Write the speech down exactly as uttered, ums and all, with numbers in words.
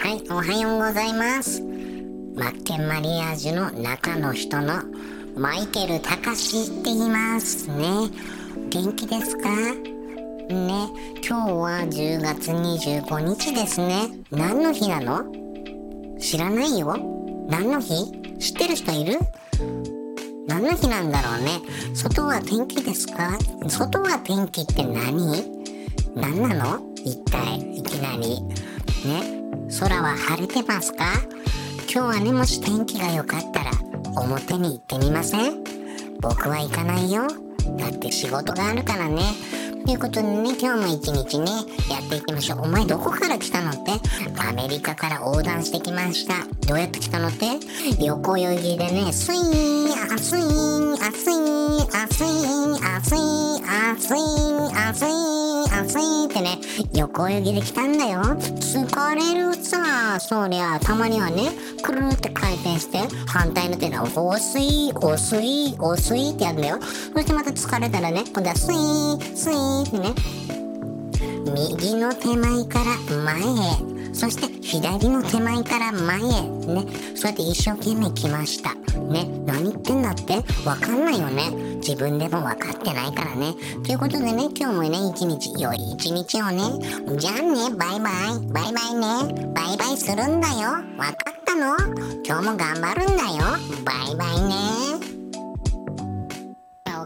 はい、おはようございます。マッケンマリアージュの中の人のマイケル隆史って言いますね。元気ですかね。今日はじゅうがつにじゅうごにちですね。何の日なの？知らないよ。何の日？知ってる人いる？何の日なんだろうね。外は天気ですか？外は天気って何？何なの？一体いきなりね。空は晴れてますか？今日はね、もし天気が良かったら表に行ってみません？僕は行かないよ。だって仕事があるからね。ということでね、今日も一日ね、やっていきましょう。お前どこから来たのって？アメリカから横断してきました。どうやって来たのって？横泳ぎでね、スイーン、暑い、暑い、暑い、暑い、暑い、暑い、暑いってね、横泳ぎで来たんだよ。疲れるさ。そりゃ、たまにはね、くるって回転して、反対の手で、おすい、おすい、おすいってやるんだよ。そしてまた疲れたらね、今度はスイー、スイーってね、右の手前から前へ、そして左の手前から前へね、そうやって一生懸命来ましたね。何言ってんだってわかんないよね。自分でも分かってないからね。ということでね、今日もね、一日良い一日をね。じゃあね、バイバイバイバイね。バイバイするんだよ。わかったの？今日も頑張るんだよ。バイバイね。